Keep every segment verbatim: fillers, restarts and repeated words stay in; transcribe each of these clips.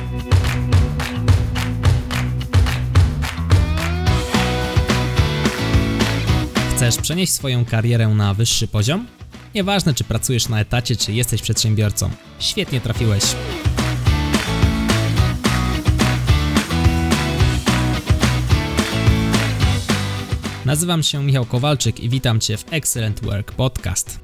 Chcesz przenieść swoją karierę na wyższy poziom? Nieważne, czy pracujesz na etacie, czy jesteś przedsiębiorcą. Świetnie trafiłeś. Nazywam się Michał Kowalczyk i witam Cię w Excellent Work Podcast.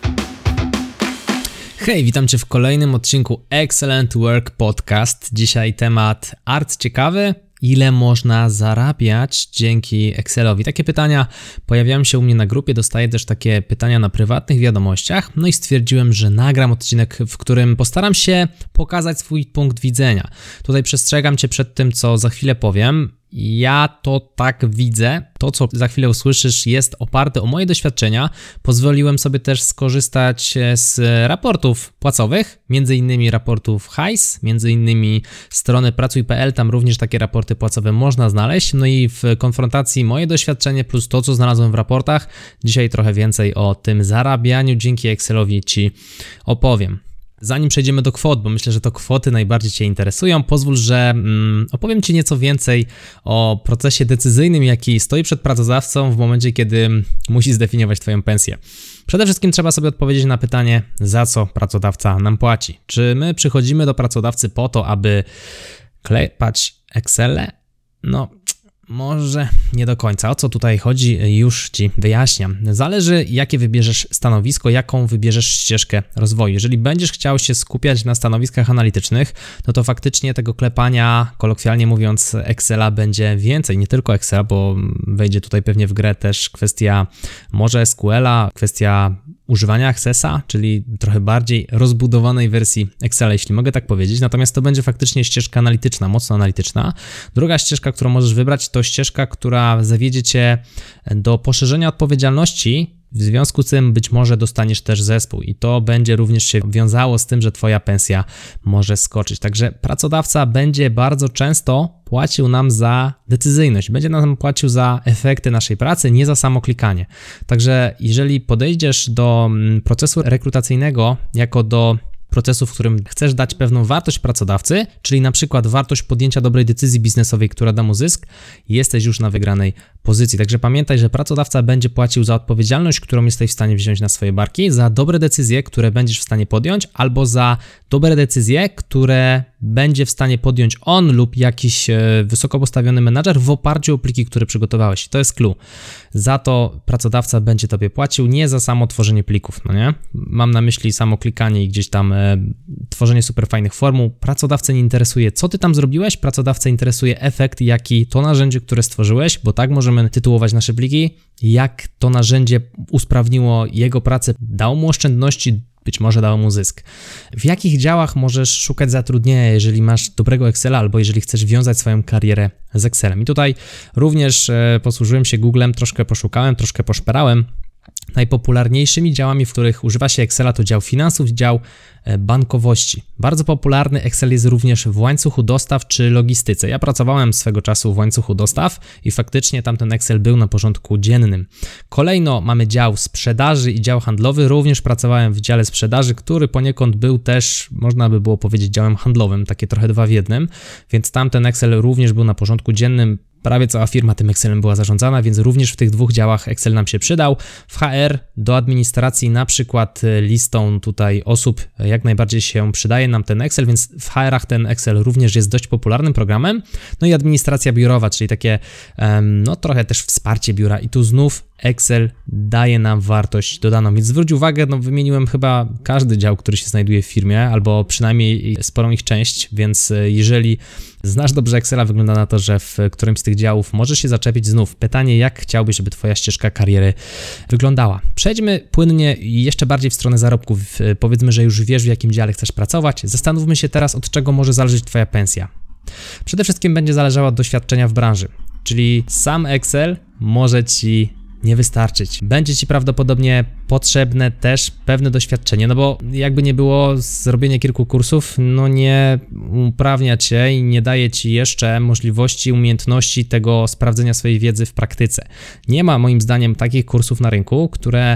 Hej, witam Cię w kolejnym odcinku Excellent Work Podcast. Dzisiaj temat art ciekawy. Ile można zarabiać dzięki Excelowi? Takie pytania pojawiają się u mnie na grupie, dostaję też takie pytania na prywatnych wiadomościach, no i stwierdziłem, że nagram odcinek, w którym postaram się pokazać swój punkt widzenia. Tutaj przestrzegam Cię przed tym, co za chwilę powiem. Ja to tak widzę, to co za chwilę usłyszysz jest oparte o moje doświadczenia. Pozwoliłem sobie też skorzystać z raportów płacowych, między innymi raportów Hajs, między innymi strony pracuj kropka p l, tam również takie raporty płacowe można znaleźć. No i w konfrontacji moje doświadczenie plus to, co znalazłem w raportach, dzisiaj trochę więcej o tym zarabianiu dzięki Excelowi Ci opowiem. Zanim przejdziemy do kwot, bo myślę, że to kwoty najbardziej Cię interesują, pozwól, że mm, opowiem Ci nieco więcej o procesie decyzyjnym, jaki stoi przed pracodawcą w momencie, kiedy musi zdefiniować Twoją pensję. Przede wszystkim trzeba sobie odpowiedzieć na pytanie, za co pracodawca nam płaci. Czy my przychodzimy do pracodawcy po to, aby klepać Excele? No, może nie do końca. O co tutaj chodzi, już Ci wyjaśniam. Zależy, jakie wybierzesz stanowisko, jaką wybierzesz ścieżkę rozwoju. Jeżeli będziesz chciał się skupiać na stanowiskach analitycznych, no to faktycznie tego klepania, kolokwialnie mówiąc, Excela będzie więcej. Nie tylko Excela, bo wejdzie tutaj pewnie w grę też kwestia może S Q L-a, kwestia używania Accessa, czyli trochę bardziej rozbudowanej wersji Excela, jeśli mogę tak powiedzieć. Natomiast to będzie faktycznie ścieżka analityczna, mocno analityczna. Druga ścieżka, którą możesz wybrać, to ścieżka, która zawiedzie Cię do poszerzenia odpowiedzialności. W związku z tym być może dostaniesz też zespół i to będzie również się wiązało z tym, że Twoja pensja może skoczyć. Także pracodawca będzie bardzo często płacił nam za decyzyjność, będzie nam płacił za efekty naszej pracy, nie za samo klikanie. Także jeżeli podejdziesz do procesu rekrutacyjnego jako do procesu, w którym chcesz dać pewną wartość pracodawcy, czyli na przykład wartość podjęcia dobrej decyzji biznesowej, która da mu zysk, jesteś już na wygranej pozycji. Także pamiętaj, że pracodawca będzie płacił za odpowiedzialność, którą jesteś w stanie wziąć na swoje barki, za dobre decyzje, które będziesz w stanie podjąć, albo za dobre decyzje, które będzie w stanie podjąć on lub jakiś wysoko postawiony menadżer w oparciu o pliki, które przygotowałeś. To jest clue. Za to pracodawca będzie Tobie płacił, nie za samo tworzenie plików, no nie? Mam na myśli samo klikanie i gdzieś tam e, tworzenie super fajnych formuł. Pracodawcę nie interesuje, co Ty tam zrobiłeś, pracodawcę interesuje efekt, jaki to narzędzie, które stworzyłeś, bo tak możemy tytułować nasze pliki, jak to narzędzie usprawniło jego pracę, dało mu oszczędności, być może dało mu zysk. W jakich działach możesz szukać zatrudnienia, jeżeli masz dobrego Excela albo jeżeli chcesz wiązać swoją karierę z Excelem? I tutaj również e, posłużyłem się Googlem, troszkę poszukałem, troszkę poszperałem. Najpopularniejszymi działami, w których używa się Excela, to dział finansów, dział bankowości. Bardzo popularny Excel jest również w łańcuchu dostaw czy logistyce. Ja pracowałem swego czasu w łańcuchu dostaw i faktycznie tamten Excel był na porządku dziennym. Kolejno mamy dział sprzedaży i dział handlowy. Również pracowałem w dziale sprzedaży, który poniekąd był też, można by było powiedzieć, działem handlowym, takie trochę dwa w jednym, więc tamten Excel również był na porządku dziennym. Prawie cała firma tym Excelem była zarządzana, więc również w tych dwóch działach Excel nam się przydał. W H R do administracji na przykład listą tutaj osób jak najbardziej się przydaje nam ten Excel, więc w H R-ach ten Excel również jest dość popularnym programem. No i administracja biurowa, czyli takie no trochę też wsparcie biura i tu znów Excel daje nam wartość dodaną, więc zwróć uwagę, no wymieniłem chyba każdy dział, który się znajduje w firmie, albo przynajmniej sporą ich część, więc jeżeli znasz dobrze Excela, wygląda na to, że w którymś z tych działów możesz się zaczepić. Znów pytanie, jak chciałbyś, żeby Twoja ścieżka kariery wyglądała. Przejdźmy płynnie i jeszcze bardziej w stronę zarobków. Powiedzmy, że już wiesz, w jakim dziale chcesz pracować. Zastanówmy się teraz, od czego może zależeć Twoja pensja. Przede wszystkim będzie zależała od doświadczenia w branży, czyli sam Excel może Ci nie wystarczyć. Będzie Ci prawdopodobnie potrzebne też pewne doświadczenie, no bo jakby nie było, zrobienie kilku kursów no nie uprawnia Cię i nie daje Ci jeszcze możliwości, umiejętności tego sprawdzenia swojej wiedzy w praktyce. Nie ma moim zdaniem takich kursów na rynku, które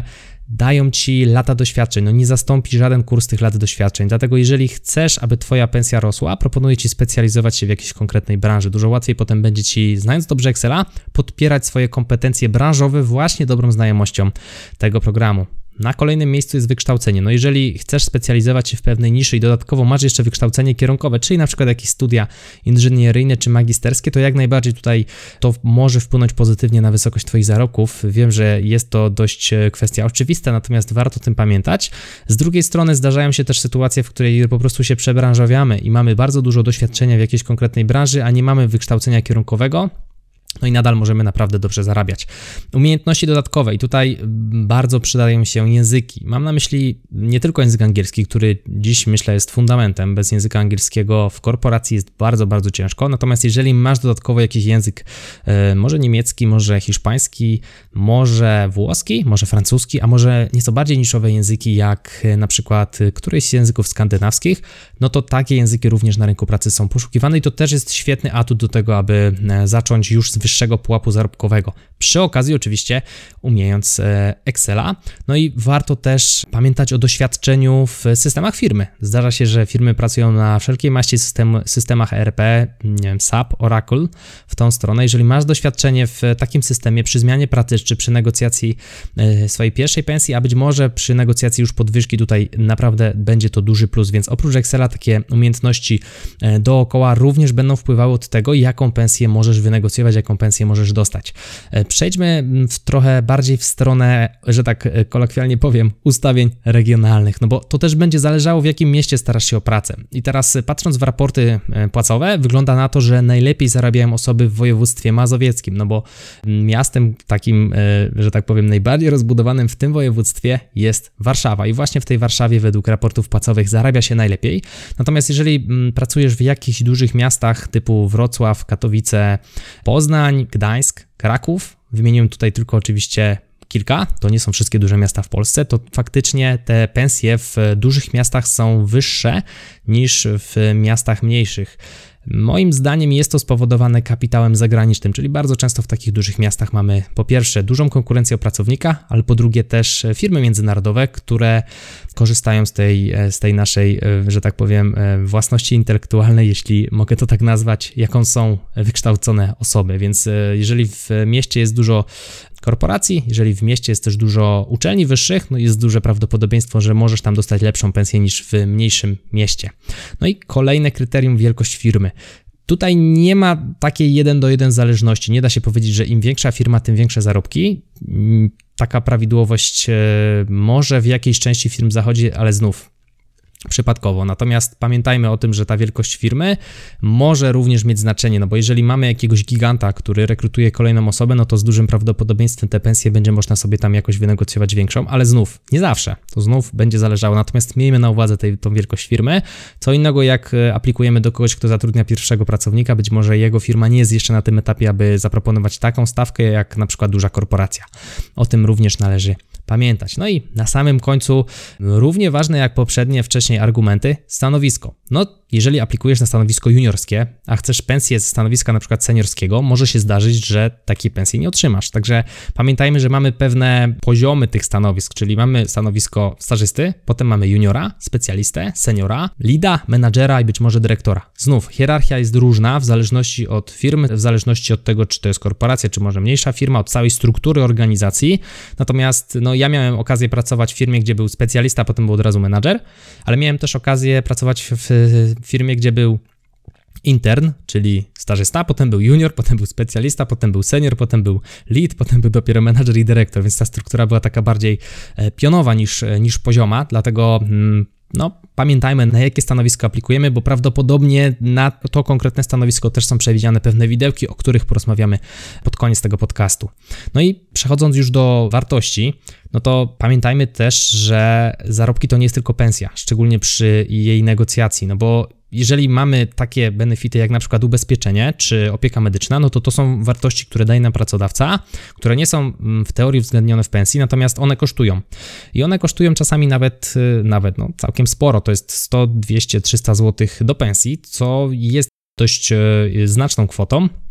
dają ci lata doświadczeń. No nie zastąpi żaden kurs tych lat doświadczeń. Dlatego jeżeli chcesz, aby twoja pensja rosła, proponuję ci specjalizować się w jakiejś konkretnej branży. Dużo łatwiej potem będzie ci, znając dobrze Excela, podpierać swoje kompetencje branżowe właśnie dobrą znajomością tego programu. Na kolejnym miejscu jest wykształcenie. No jeżeli chcesz specjalizować się w pewnej niszy i dodatkowo masz jeszcze wykształcenie kierunkowe, czyli na przykład jakieś studia inżynieryjne czy magisterskie, to jak najbardziej tutaj to może wpłynąć pozytywnie na wysokość twoich zarobków. Wiem, że jest to dość kwestia oczywista, natomiast warto o tym pamiętać. Z drugiej strony zdarzają się też sytuacje, w której po prostu się przebranżawiamy i mamy bardzo dużo doświadczenia w jakiejś konkretnej branży, a nie mamy wykształcenia kierunkowego. No i nadal możemy naprawdę dobrze zarabiać. Umiejętności dodatkowe i tutaj bardzo przydają się języki. Mam na myśli nie tylko język angielski, który dziś myślę jest fundamentem. Bez języka angielskiego w korporacji jest bardzo, bardzo ciężko. Natomiast jeżeli masz dodatkowo jakiś język, może niemiecki, może hiszpański, może włoski, może francuski, a może nieco bardziej niszowe języki jak na przykład któryś z języków skandynawskich, no to takie języki również na rynku pracy są poszukiwane i to też jest świetny atut do tego, aby zacząć już z wyższego pułapu zarobkowego. Przy okazji oczywiście umiejąc Excela. No i warto też pamiętać o doświadczeniu w systemach firmy. Zdarza się, że firmy pracują na wszelkiej maści system, systemach E R P, nie wiem, S A P, Oracle w tą stronę. Jeżeli masz doświadczenie w takim systemie przy zmianie pracy czy przy negocjacji swojej pierwszej pensji, a być może przy negocjacji już podwyżki, tutaj naprawdę będzie to duży plus, więc oprócz Excela takie umiejętności dookoła również będą wpływały od tego, jaką pensję możesz wynegocjować, jaką pensję możesz dostać. Przejdźmy w trochę bardziej w stronę, że tak kolokwialnie powiem, ustawień regionalnych, no bo to też będzie zależało, w jakim mieście starasz się o pracę. I teraz patrząc w raporty płacowe, wygląda na to, że najlepiej zarabiają osoby w województwie mazowieckim, no bo miastem takim, że tak powiem, najbardziej rozbudowanym w tym województwie jest Warszawa i właśnie w tej Warszawie według raportów płacowych zarabia się najlepiej. Natomiast jeżeli pracujesz w jakichś dużych miastach typu Wrocław, Katowice, Poznań, Gdańsk, Kraków, wymieniłem tutaj tylko oczywiście kilka, to nie są wszystkie duże miasta w Polsce, to faktycznie te pensje w dużych miastach są wyższe niż w miastach mniejszych. Moim zdaniem jest to spowodowane kapitałem zagranicznym, czyli bardzo często w takich dużych miastach mamy po pierwsze dużą konkurencję o pracownika, ale po drugie też firmy międzynarodowe, które korzystają z tej, z tej naszej, że tak powiem, własności intelektualnej, jeśli mogę to tak nazwać, jaką są wykształcone osoby. Więc jeżeli w mieście jest dużo korporacji, jeżeli w mieście jest też dużo uczelni wyższych, no jest duże prawdopodobieństwo, że możesz tam dostać lepszą pensję niż w mniejszym mieście. No i kolejne kryterium, wielkość firmy. Tutaj nie ma takiej jeden do jeden zależności. Nie da się powiedzieć, że im większa firma, tym większe zarobki. Taka prawidłowość może w jakiejś części firm zachodzi, ale znów przypadkowo. Natomiast pamiętajmy o tym, że ta wielkość firmy może również mieć znaczenie, no bo jeżeli mamy jakiegoś giganta, który rekrutuje kolejną osobę, no to z dużym prawdopodobieństwem te pensje będzie można sobie tam jakoś wynegocjować większą, ale znów, nie zawsze, to znów będzie zależało. Natomiast miejmy na uwadze tej, tą wielkość firmy. Co innego jak aplikujemy do kogoś, kto zatrudnia pierwszego pracownika, być może jego firma nie jest jeszcze na tym etapie, aby zaproponować taką stawkę jak na przykład duża korporacja. O tym również należy pamiętać. No i na samym końcu równie ważne jak poprzednie wcześniej argumenty, stanowisko. No, jeżeli aplikujesz na stanowisko juniorskie, a chcesz pensję ze stanowiska na przykład seniorskiego, może się zdarzyć, że takiej pensji nie otrzymasz. Także pamiętajmy, że mamy pewne poziomy tych stanowisk, czyli mamy stanowisko stażysty, potem mamy juniora, specjalistę, seniora, leada, menadżera i być może dyrektora. Znów, hierarchia jest różna w zależności od firmy, w zależności od tego, czy to jest korporacja, czy może mniejsza firma, od całej struktury organizacji. Natomiast no, ja miałem okazję pracować w firmie, gdzie był specjalista, potem był od razu menadżer, ale miałem też okazję pracować w firmie, gdzie był intern, czyli stażysta, potem był junior, potem był specjalista, potem był senior, potem był lead, potem był dopiero menadżer i dyrektor, więc ta struktura była taka bardziej pionowa niż, niż pozioma, dlatego no, pamiętajmy, na jakie stanowisko aplikujemy, bo prawdopodobnie na to konkretne stanowisko też są przewidziane pewne widełki, o których porozmawiamy pod koniec tego podcastu. No i przechodząc już do wartości, no to pamiętajmy też, że zarobki to nie jest tylko pensja, szczególnie przy jej negocjacji, no bo jeżeli mamy takie benefity jak na przykład ubezpieczenie czy opieka medyczna, no to to są wartości, które daje nam pracodawca, które nie są w teorii uwzględnione w pensji, natomiast one kosztują. I one kosztują czasami nawet, nawet no, całkiem sporo, to jest sto, dwieście, trzysta złotych do pensji, co jest dość znaczną kwotą.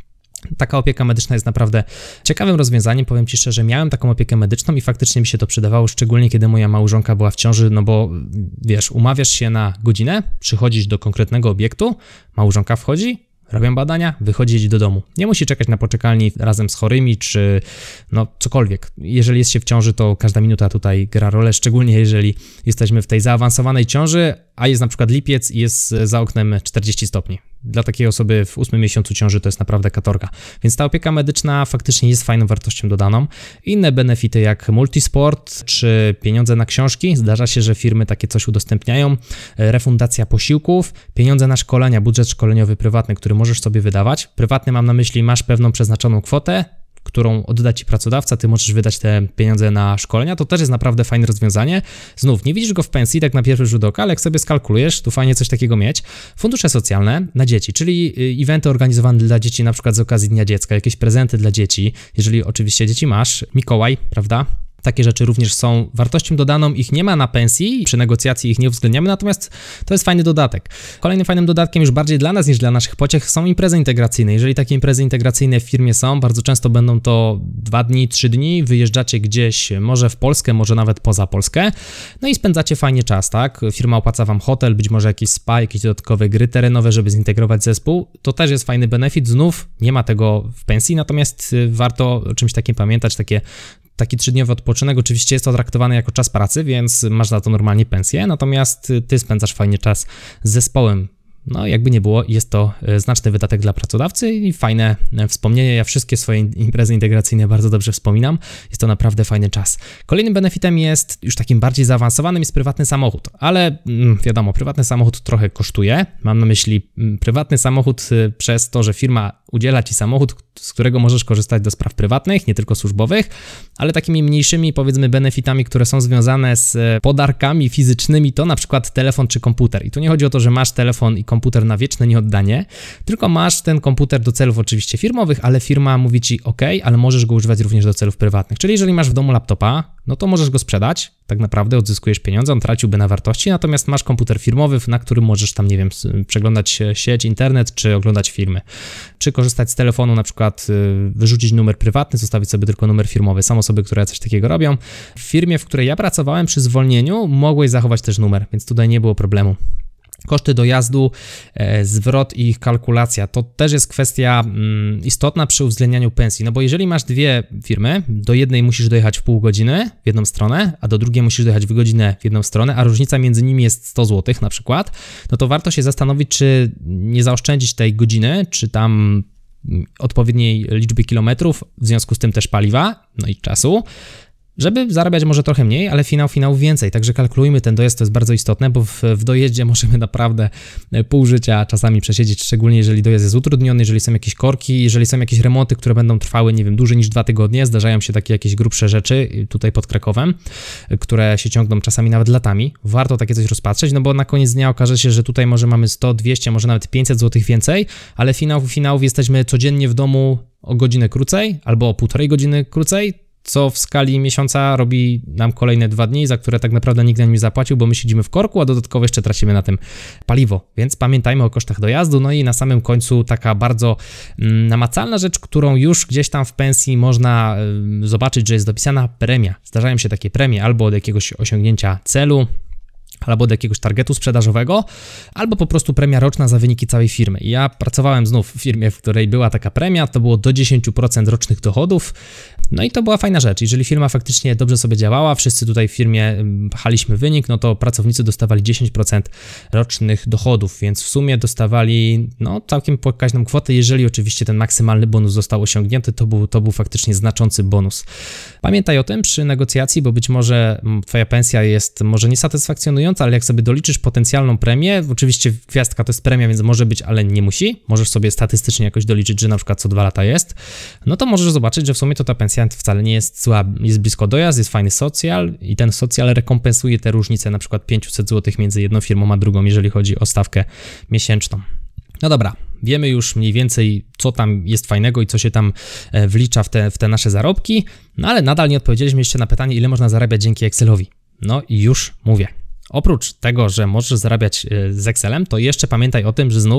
Taka opieka medyczna jest naprawdę ciekawym rozwiązaniem. Powiem Ci szczerze, miałem taką opiekę medyczną i faktycznie mi się to przydawało, szczególnie kiedy moja małżonka była w ciąży, no bo wiesz, umawiasz się na godzinę, przychodzisz do konkretnego obiektu, małżonka wchodzi, robią badania, wychodzi do domu. Nie musi czekać na poczekalni razem z chorymi, czy no cokolwiek. Jeżeli jest się w ciąży, to każda minuta tutaj gra rolę, szczególnie jeżeli jesteśmy w tej zaawansowanej ciąży, a jest na przykład lipiec i jest za oknem czterdzieści stopni. Dla takiej osoby w ósmym miesiącu ciąży to jest naprawdę katorga. Więc ta opieka medyczna faktycznie jest fajną wartością dodaną. Inne benefity jak multisport czy pieniądze na książki. Zdarza się, że firmy takie coś udostępniają. Refundacja posiłków, pieniądze na szkolenia, budżet szkoleniowy prywatny, który możesz sobie wydawać. Prywatny mam na myśli, masz pewną przeznaczoną kwotę, którą odda Ci pracodawca, Ty możesz wydać te pieniądze na szkolenia, to też jest naprawdę fajne rozwiązanie. Znów, nie widzisz go w pensji, tak na pierwszy rzut oka, ale jak sobie skalkulujesz, tu fajnie coś takiego mieć. Fundusze socjalne na dzieci, czyli eventy organizowane dla dzieci, na przykład z okazji Dnia Dziecka, jakieś prezenty dla dzieci, jeżeli oczywiście dzieci masz, Mikołaj, prawda? Takie rzeczy również są wartością dodaną, ich nie ma na pensji, przy negocjacji ich nie uwzględniamy, natomiast to jest fajny dodatek. Kolejnym fajnym dodatkiem już bardziej dla nas niż dla naszych pociech są imprezy integracyjne. Jeżeli takie imprezy integracyjne w firmie są, bardzo często będą to dwa dni, trzy dni, wyjeżdżacie gdzieś, może w Polskę, może nawet poza Polskę, no i spędzacie fajnie czas, tak? Firma opłaca Wam hotel, być może jakieś spa, jakieś dodatkowe gry terenowe, żeby zintegrować zespół. To też jest fajny benefit, znów nie ma tego w pensji, natomiast warto o czymś takim pamiętać, takie Taki trzydniowy odpoczynek, oczywiście jest to traktowane jako czas pracy, więc masz za to normalnie pensję, natomiast Ty spędzasz fajnie czas z zespołem. No jakby nie było, jest to znaczny wydatek dla pracodawcy i fajne wspomnienie. Ja wszystkie swoje imprezy integracyjne bardzo dobrze wspominam. Jest to naprawdę fajny czas. Kolejnym benefitem jest, już takim bardziej zaawansowanym, jest prywatny samochód, ale wiadomo, prywatny samochód trochę kosztuje. Mam na myśli prywatny samochód przez to, że firma udziela Ci samochód, z którego możesz korzystać do spraw prywatnych, nie tylko służbowych, ale takimi mniejszymi, powiedzmy, benefitami, które są związane z podarkami fizycznymi, to na przykład telefon czy komputer. I tu nie chodzi o to, że masz telefon i komputer na wieczne nieoddanie, tylko masz ten komputer do celów oczywiście firmowych, ale firma mówi Ci, ok, ale możesz go używać również do celów prywatnych. Czyli jeżeli masz w domu laptopa, no to możesz go sprzedać, tak naprawdę odzyskujesz pieniądze, on traciłby na wartości, natomiast masz komputer firmowy, na którym możesz tam, nie wiem, przeglądać sieć, internet, czy oglądać filmy, czy korzystać z telefonu, na przykład wyrzucić numer prywatny, zostawić sobie tylko numer firmowy. Są osoby, które coś takiego robią. W firmie, w której ja pracowałem, przy zwolnieniu mogłeś zachować też numer, więc tutaj nie było problemu. Koszty dojazdu, e, zwrot i ich kalkulacja, to też jest kwestia mm, istotna przy uwzględnianiu pensji, no bo jeżeli masz dwie firmy, do jednej musisz dojechać w pół godziny w jedną stronę, a do drugiej musisz dojechać w godzinę w jedną stronę, a różnica między nimi jest sto złotych na przykład, no to warto się zastanowić, czy nie zaoszczędzić tej godziny, czy tam odpowiedniej liczby kilometrów, w związku z tym też paliwa, no i czasu, żeby zarabiać może trochę mniej, ale finał finału więcej. Także kalkulujmy ten dojazd, to jest bardzo istotne, bo w, w dojeździe możemy naprawdę pół życia czasami przesiedzieć, szczególnie jeżeli dojazd jest utrudniony, jeżeli są jakieś korki, jeżeli są jakieś remonty, które będą trwały, nie wiem, dłużej niż dwa tygodnie. Zdarzają się takie jakieś grubsze rzeczy tutaj pod Krakowem, które się ciągną czasami nawet latami. Warto takie coś rozpatrzeć, no bo na koniec dnia okaże się, że tutaj może mamy sto, dwieście, może nawet pięćset złotych więcej, ale finał finałów jesteśmy codziennie w domu o godzinę krócej albo o półtorej godziny krócej, co w skali miesiąca robi nam kolejne dwa dni, za które tak naprawdę nikt nam nie zapłacił, bo my siedzimy w korku, a dodatkowo jeszcze tracimy na tym paliwo. Więc pamiętajmy o kosztach dojazdu. No i na samym końcu taka bardzo mm, namacalna rzecz, którą już gdzieś tam w pensji można y, zobaczyć, że jest dopisana premia. Zdarzają się takie premie albo od jakiegoś osiągnięcia celu, albo do jakiegoś targetu sprzedażowego, albo po prostu premia roczna za wyniki całej firmy. Ja pracowałem znów w firmie, w której była taka premia, to było do dziesięć procent rocznych dochodów, no i to była fajna rzecz. Jeżeli firma faktycznie dobrze sobie działała, wszyscy tutaj w firmie pchaliśmy wynik, no to pracownicy dostawali dziesięć procent rocznych dochodów, więc w sumie dostawali no całkiem pokaźną kwotę, jeżeli oczywiście ten maksymalny bonus został osiągnięty, to był, to był faktycznie znaczący bonus. Pamiętaj o tym przy negocjacji, bo być może twoja pensja jest może niesatysfakcjonująca, ale jak sobie doliczysz potencjalną premię, oczywiście gwiazdka to jest premia, więc może być, ale nie musi, możesz sobie statystycznie jakoś doliczyć, że na przykład co dwa lata jest, no to możesz zobaczyć, że w sumie to ta pensja wcale nie jest zła, jest blisko dojazd, jest fajny socjal i ten socjal rekompensuje te różnice na przykład pięćset złotych między jedną firmą a drugą, jeżeli chodzi o stawkę miesięczną. No dobra, wiemy już mniej więcej, co tam jest fajnego i co się tam wlicza w te, w te nasze zarobki, no ale nadal nie odpowiedzieliśmy jeszcze na pytanie, ile można zarabiać dzięki Excelowi. No i już mówię. Oprócz tego, że możesz zarabiać z Excelem, to jeszcze pamiętaj o tym, że znów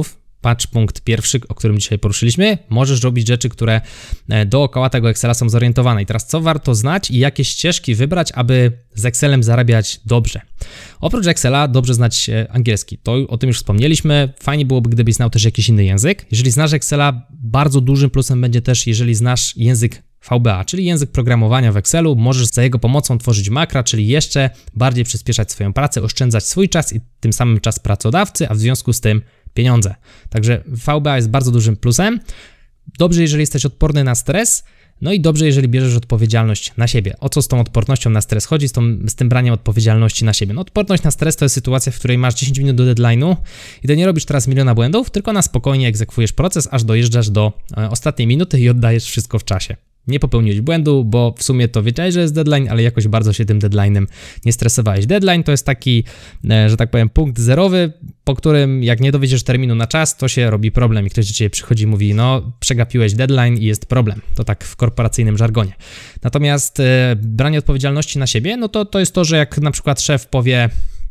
patrz punkt pierwszy, o którym dzisiaj poruszyliśmy, możesz robić rzeczy, które dookoła tego Excela są zorientowane. I teraz co warto znać i jakie ścieżki wybrać, aby z Excelem zarabiać dobrze. Oprócz Excela dobrze znać angielski, to o tym już wspomnieliśmy, fajnie byłoby, gdybyś znał też jakiś inny język. Jeżeli znasz Excela, bardzo dużym plusem będzie też, jeżeli znasz język V B A, czyli język programowania w Excelu, możesz za jego pomocą tworzyć makra, czyli jeszcze bardziej przyspieszać swoją pracę, oszczędzać swój czas i tym samym czas pracodawcy, a w związku z tym pieniądze. Także V B A jest bardzo dużym plusem. Dobrze, jeżeli jesteś odporny na stres, no i dobrze, jeżeli bierzesz odpowiedzialność na siebie. O co z tą odpornością na stres chodzi, z, tą, z tym braniem odpowiedzialności na siebie? No odporność na stres to jest sytuacja, w której masz dziesięć minut do deadline'u i ty nie robisz teraz miliona błędów, tylko na spokojnie egzekwujesz proces, aż dojeżdżasz do e, ostatniej minuty i oddajesz wszystko w czasie. Nie popełniłeś błędu, bo w sumie to wiedziałeś, że jest deadline, ale jakoś bardzo się tym deadline'em nie stresowałeś. Deadline to jest taki, że tak powiem, punkt zerowy, po którym jak nie dowiedziesz terminu na czas, to się robi problem i ktoś do ciebie przychodzi i mówi, no przegapiłeś deadline i jest problem. To tak w korporacyjnym żargonie. Natomiast e, branie odpowiedzialności na siebie, no to to jest to, że jak na przykład szef powie,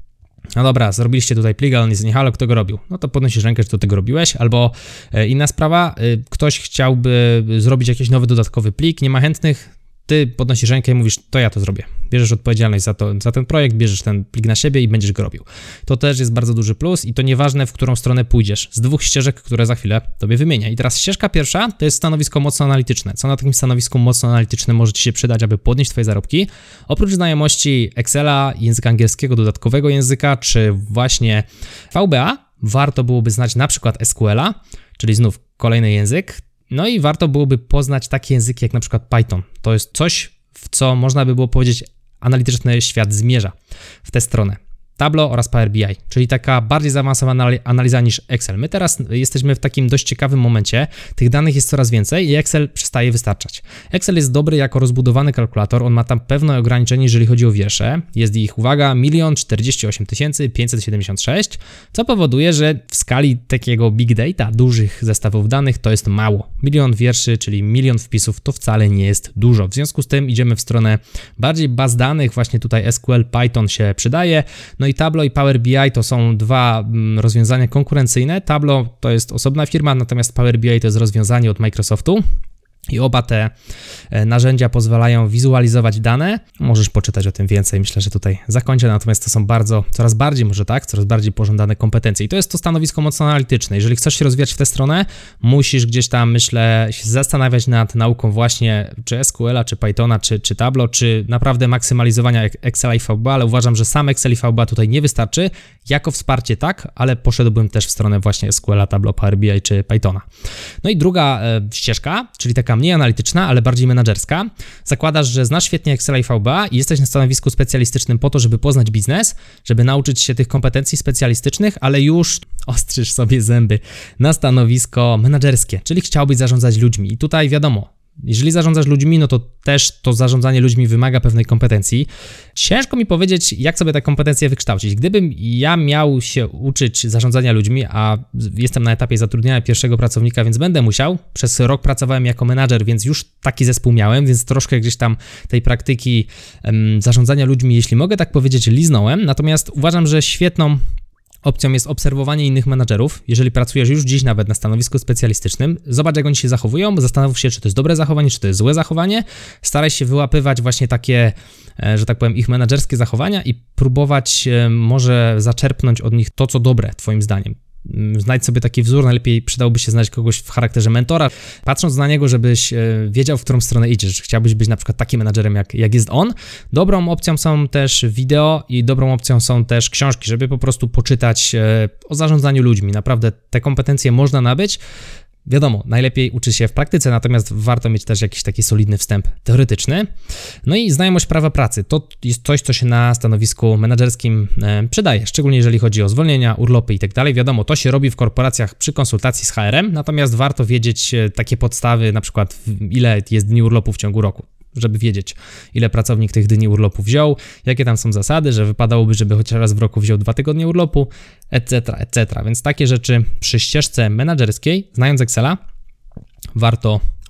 no dobra, zrobiliście tutaj plik, ale on jest nie halo, kto go robił? No to podnosisz rękę, że to ty go robiłeś, albo inna sprawa, ktoś chciałby zrobić jakiś nowy dodatkowy plik, nie ma chętnych, ty podnosisz rękę i mówisz, to ja to zrobię. Bierzesz odpowiedzialność za, to, za ten projekt, bierzesz ten plik na siebie i będziesz go robił. To też jest bardzo duży plus i to nieważne, w którą stronę pójdziesz. Z dwóch ścieżek, które za chwilę tobie wymienię. I teraz ścieżka pierwsza to jest stanowisko mocno analityczne. Co na takim stanowisku mocno analitycznym może ci się przydać, aby podnieść twoje zarobki? Oprócz znajomości Excela, języka angielskiego, dodatkowego języka, czy właśnie V B A, warto byłoby znać na przykład S Q L-a, czyli znów kolejny język. No i warto byłoby poznać takie języki jak na przykład Python. To jest coś, w co można by było powiedzieć analityczny świat zmierza w tę stronę. Tableau oraz Power B I, czyli taka bardziej zaawansowana analiza niż Excel. My teraz jesteśmy w takim dość ciekawym momencie, tych danych jest coraz więcej i Excel przestaje wystarczać. Excel jest dobry jako rozbudowany kalkulator, on ma tam pewne ograniczenie, jeżeli chodzi o wiersze. Jest ich, uwaga, milion czterdzieści osiem tysięcy pięćset siedemdziesiąt sześć, co powoduje, że w skali takiego big data, dużych zestawów danych, to jest mało. Milion wierszy, czyli milion wpisów, to wcale nie jest dużo. W związku z tym idziemy w stronę bardziej baz danych, właśnie tutaj S Q L, Python się przydaje, no i Tableau i Power B I to są dwa rozwiązania konkurencyjne. Tableau to jest osobna firma, natomiast Power B I to jest rozwiązanie od Microsoftu. I oba te narzędzia pozwalają wizualizować dane. Możesz poczytać o tym więcej, myślę, że tutaj zakończę, natomiast to są bardzo, coraz bardziej może tak, coraz bardziej pożądane kompetencje. I to jest to stanowisko mocno analityczne. Jeżeli chcesz się rozwijać w tę stronę, musisz gdzieś tam, myślę, się zastanawiać nad nauką właśnie czy S Q L-a, czy Pythona, czy, czy Tableau, czy naprawdę maksymalizowania Excela i V B A, ale uważam, że sam Excel i V B A tutaj nie wystarczy. Jako wsparcie tak, ale poszedłbym też w stronę właśnie S Q L-a, Tableau, Power B I czy Pythona. No i druga e, ścieżka, czyli taka mniej analityczna, ale bardziej menadżerska. Zakładasz, że znasz świetnie Excela i V B A i jesteś na stanowisku specjalistycznym po to, żeby poznać biznes, żeby nauczyć się tych kompetencji specjalistycznych, ale już ostrzysz sobie zęby na stanowisko menadżerskie, czyli chciałbyś zarządzać ludźmi. I tutaj wiadomo, jeżeli zarządzasz ludźmi, no to też to zarządzanie ludźmi wymaga pewnej kompetencji. Ciężko mi powiedzieć, jak sobie te kompetencje wykształcić. Gdybym ja miał się uczyć zarządzania ludźmi, a jestem na etapie zatrudniania pierwszego pracownika, więc będę musiał. Przez rok pracowałem jako menadżer, więc już taki zespół miałem, więc troszkę gdzieś tam tej praktyki um, zarządzania ludźmi, jeśli mogę tak powiedzieć, liznąłem. Natomiast uważam, że świetną opcją jest obserwowanie innych menadżerów. Jeżeli pracujesz już dziś nawet na stanowisku specjalistycznym, zobacz, jak oni się zachowują, zastanów się, czy to jest dobre zachowanie, czy to jest złe zachowanie. Staraj się wyłapywać właśnie takie, że tak powiem, ich menadżerskie zachowania i próbować może zaczerpnąć od nich to, co dobre twoim zdaniem. Znajdź sobie taki wzór, najlepiej przydałoby się znaleźć kogoś w charakterze mentora, patrząc na niego, żebyś wiedział, w którą stronę idziesz, że chciałbyś być na przykład takim menadżerem, jak, jak jest on. Dobrą opcją są też wideo i dobrą opcją są też książki, żeby po prostu poczytać o zarządzaniu ludźmi. Naprawdę te kompetencje można nabyć. Wiadomo, najlepiej uczy się w praktyce, natomiast warto mieć też jakiś taki solidny wstęp teoretyczny. No i znajomość prawa pracy. To jest coś, co się na stanowisku menedżerskim przydaje, szczególnie jeżeli chodzi o zwolnienia, urlopy i tak dalej. Wiadomo, to się robi w korporacjach przy konsultacji z H R-em, natomiast warto wiedzieć takie podstawy, na przykład ile jest dni urlopu w ciągu roku, żeby wiedzieć, ile pracownik tych dni urlopu wziął, jakie tam są zasady, że wypadałoby, żeby chociaż raz w roku wziął dwa tygodnie urlopu, et cetera, et cetera. Więc takie rzeczy przy ścieżce menedżerskiej, znając Excela, warto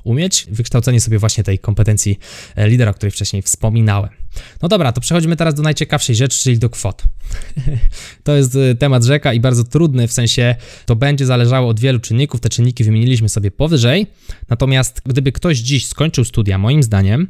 umieć. Wykształcenie sobie właśnie tej kompetencji lidera, o której wcześniej wspominałem. No dobra, to przechodzimy teraz do najciekawszej rzeczy, czyli do kwot. To jest temat rzeka i bardzo trudny, w sensie to będzie zależało od wielu czynników, te czynniki wymieniliśmy sobie powyżej, natomiast gdyby ktoś dziś skończył studia, moim zdaniem,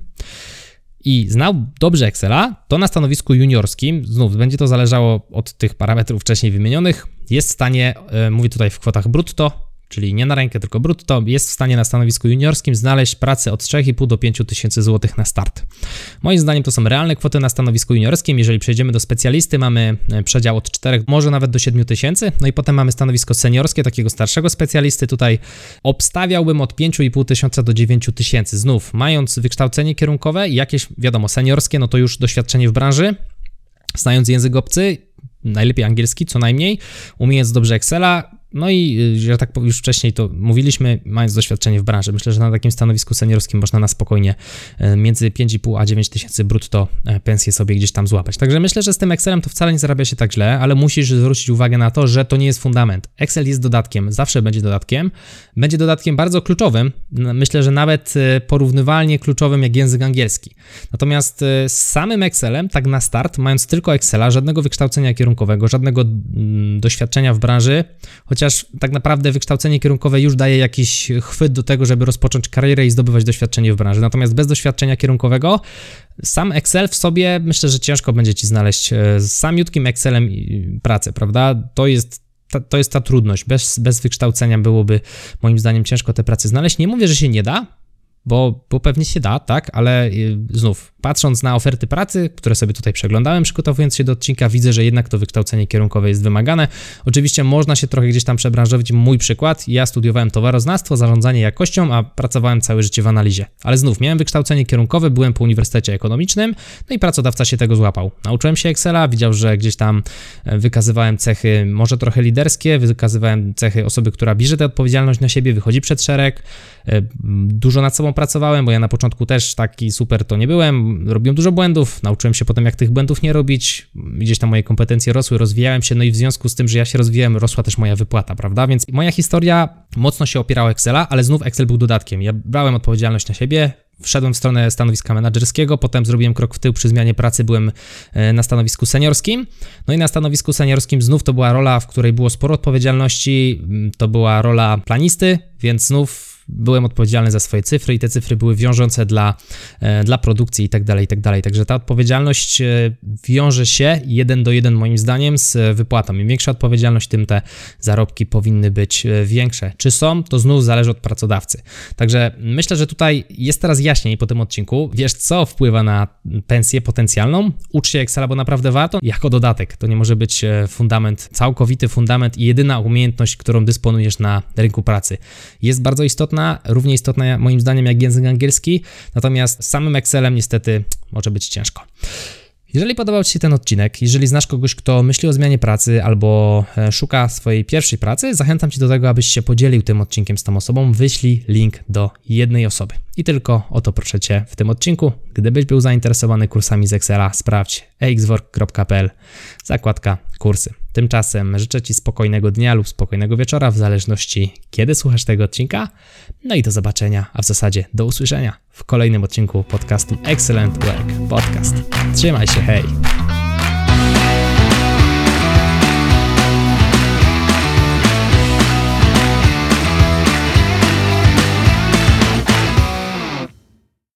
i znał dobrze Excela, to na stanowisku juniorskim, znów będzie to zależało od tych parametrów wcześniej wymienionych, jest w stanie, mówię tutaj w kwotach brutto, czyli nie na rękę, tylko brutto, jest w stanie na stanowisku juniorskim znaleźć pracę od trzy i pół do pięć tysięcy złotych na start. Moim zdaniem to są realne kwoty na stanowisku juniorskim. Jeżeli przejdziemy do specjalisty, mamy przedział od czterech, może nawet do siedmiu tysięcy, no i potem mamy stanowisko seniorskie, takiego starszego specjalisty. Tutaj obstawiałbym od pięć i pół tysiąca do dziewięciu tysięcy. Znów, mając wykształcenie kierunkowe i jakieś, wiadomo, seniorskie, no to już doświadczenie w branży, znając język obcy, najlepiej angielski, co najmniej, umiejąc dobrze Excela, no i, że tak już wcześniej to mówiliśmy, mając doświadczenie w branży, myślę, że na takim stanowisku seniorskim można na spokojnie między pięć i pół a dziewięć tysięcy brutto pensję sobie gdzieś tam złapać. Także myślę, że z tym Excelem to wcale nie zarabia się tak źle, ale musisz zwrócić uwagę na to, że to nie jest fundament. Excel jest dodatkiem, zawsze będzie dodatkiem, będzie dodatkiem bardzo kluczowym, myślę, że nawet porównywalnie kluczowym jak język angielski. Natomiast z samym Excelem, tak na start, mając tylko Excela, żadnego wykształcenia kierunkowego, żadnego doświadczenia w branży, choć Chociaż tak naprawdę wykształcenie kierunkowe już daje jakiś chwyt do tego, żeby rozpocząć karierę i zdobywać doświadczenie w branży. Natomiast bez doświadczenia kierunkowego sam Excel w sobie myślę, że ciężko będzie Ci znaleźć z samiutkim Excelem pracę, prawda? To jest ta, to jest ta trudność. Bez, bez wykształcenia byłoby moim zdaniem ciężko te prace znaleźć. Nie mówię, że się nie da, Bo, bo pewnie się da, tak, ale znów, patrząc na oferty pracy, które sobie tutaj przeglądałem, przygotowując się do odcinka, widzę, że jednak to wykształcenie kierunkowe jest wymagane. Oczywiście można się trochę gdzieś tam przebranżowić. Mój przykład, ja studiowałem towaroznawstwo, zarządzanie jakością, a pracowałem całe życie w analizie. Ale znów, miałem wykształcenie kierunkowe, byłem po Uniwersytecie Ekonomicznym, no i pracodawca się tego złapał. Nauczyłem się Excela, widział, że gdzieś tam wykazywałem cechy może trochę liderskie, wykazywałem cechy osoby, która bierze tę odpowiedzialność na siebie, wychodzi przed szereg, dużo nad sobą pracowałem, bo ja na początku też taki super to nie byłem, robiłem dużo błędów, nauczyłem się potem jak tych błędów nie robić, gdzieś tam moje kompetencje rosły, rozwijałem się, no i w związku z tym, że ja się rozwijałem, rosła też moja wypłata, prawda, więc moja historia mocno się opierała o Excela, ale znów Excel był dodatkiem, ja brałem odpowiedzialność na siebie, wszedłem w stronę stanowiska menadżerskiego, potem zrobiłem krok w tył przy zmianie pracy, byłem na stanowisku seniorskim, no i na stanowisku seniorskim znów to była rola, w której było sporo odpowiedzialności, to była rola planisty, więc znów byłem odpowiedzialny za swoje cyfry i te cyfry były wiążące dla, dla produkcji i tak dalej, i tak dalej. Także ta odpowiedzialność wiąże się jeden do jeden moim zdaniem z wypłatą. Im większa odpowiedzialność, tym te zarobki powinny być większe. Czy są? To znów zależy od pracodawcy. Także myślę, że tutaj jest teraz jaśniej po tym odcinku. Wiesz, co wpływa na pensję potencjalną? Ucz się Excela, bo naprawdę warto. Jako dodatek. To nie może być fundament, całkowity fundament i jedyna umiejętność, którą dysponujesz na rynku pracy. Jest bardzo istotna, równie istotna moim zdaniem jak język angielski, natomiast z samym Excelem niestety może być ciężko. Jeżeli podobał Ci się ten odcinek, jeżeli znasz kogoś, kto myśli o zmianie pracy albo szuka swojej pierwszej pracy, zachęcam Cię do tego, abyś się podzielił tym odcinkiem z tą osobą, wyślij link do jednej osoby. I tylko o to proszę Cię w tym odcinku. Gdybyś był zainteresowany kursami z Excela, sprawdź e x work kropka p l, zakładka kursy. Tymczasem życzę Ci spokojnego dnia lub spokojnego wieczora, w zależności kiedy słuchasz tego odcinka. No i do zobaczenia, a w zasadzie do usłyszenia w kolejnym odcinku podcastu Excellent Work Podcast. Trzymaj się, hej!